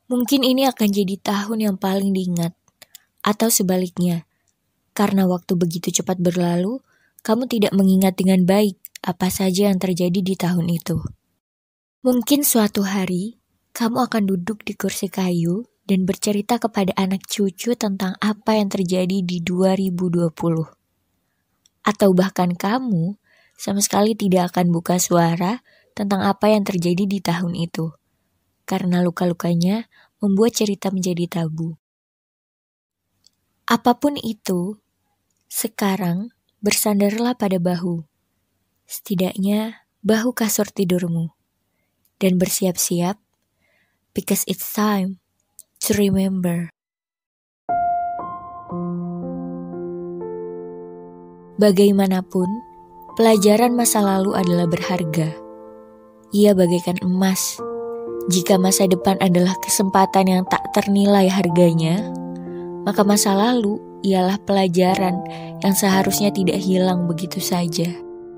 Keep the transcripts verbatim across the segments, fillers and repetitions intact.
Mungkin ini akan jadi tahun yang paling diingat. Atau sebaliknya, karena waktu begitu cepat berlalu, kamu tidak mengingat dengan baik apa saja yang terjadi di tahun itu. Mungkin suatu hari, kamu akan duduk di kursi kayu dan bercerita kepada anak cucu tentang apa yang terjadi di dua ribu dua puluh. Atau bahkan kamu sama sekali tidak akan buka suara tentang apa yang terjadi di tahun itu. Karena luka-lukanya membuat cerita menjadi tabu. Apapun itu, sekarang bersandarlah pada bahu. Setidaknya bahu kasur tidurmu. Dan bersiap-siap, because it's time to remember. Bagaimanapun, pelajaran masa lalu adalah berharga. Ia bagaikan emas. Jika masa depan adalah kesempatan yang tak ternilai harganya, maka masa lalu ialah pelajaran yang seharusnya tidak hilang begitu saja.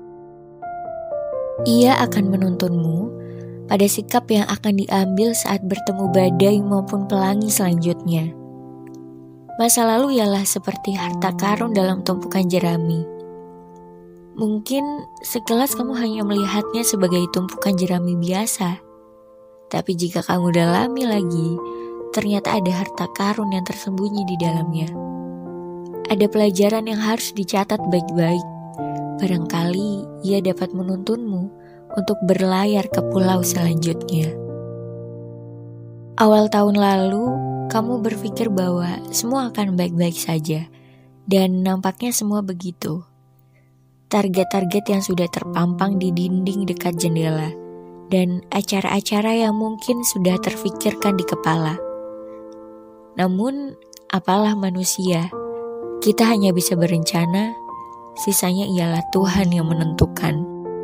Ia akan menuntunmu pada sikap yang akan diambil saat bertemu badai maupun pelangi selanjutnya. Masa lalu ialah seperti harta karun dalam tumpukan jerami. Mungkin sekelas kamu hanya melihatnya sebagai tumpukan jerami biasa. Tapi jika kamu dalami lagi, ternyata ada harta karun yang tersembunyi di dalamnya. Ada pelajaran yang harus dicatat baik-baik. Barangkali ia dapat menuntunmu untuk berlayar ke pulau selanjutnya. Awal tahun lalu, kamu berpikir bahwa semua akan baik-baik saja. Dan nampaknya semua begitu. Target-target yang sudah terpampang di dinding dekat jendela. Dan acara-acara yang mungkin sudah terfikirkan di kepala. Namun, apalah manusia, kita hanya bisa berencana, sisanya ialah Tuhan yang menentukan.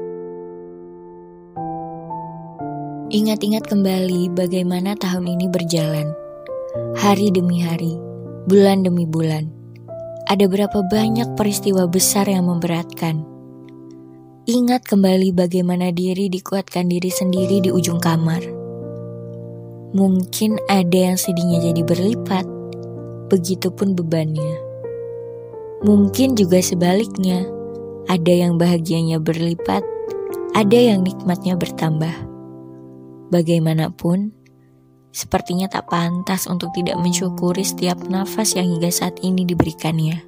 Ingat-ingat kembali bagaimana tahun ini berjalan. Hari demi hari, bulan demi bulan. Ada berapa banyak peristiwa besar yang memberatkan. Ingat kembali bagaimana diri dikuatkan diri sendiri di ujung kamar. Mungkin ada yang sedihnya jadi berlipat, begitupun bebannya. Mungkin juga sebaliknya, ada yang bahagianya berlipat, ada yang nikmatnya bertambah. Bagaimanapun, sepertinya tak pantas untuk tidak mensyukuri setiap nafas yang hingga saat ini diberikannya.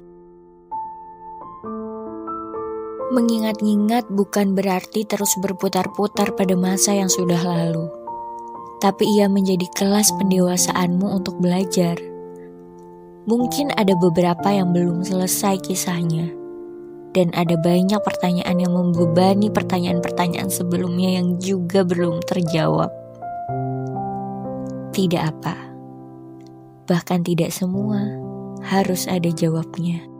Mengingat-ingat bukan berarti terus berputar-putar pada masa yang sudah lalu. Tapi ia menjadi kelas pendewasaanmu untuk belajar. Mungkin ada beberapa yang belum selesai kisahnya. Dan ada banyak pertanyaan yang membebani pertanyaan-pertanyaan sebelumnya yang juga belum terjawab. Tidak apa. Bahkan tidak semua harus ada jawabnya.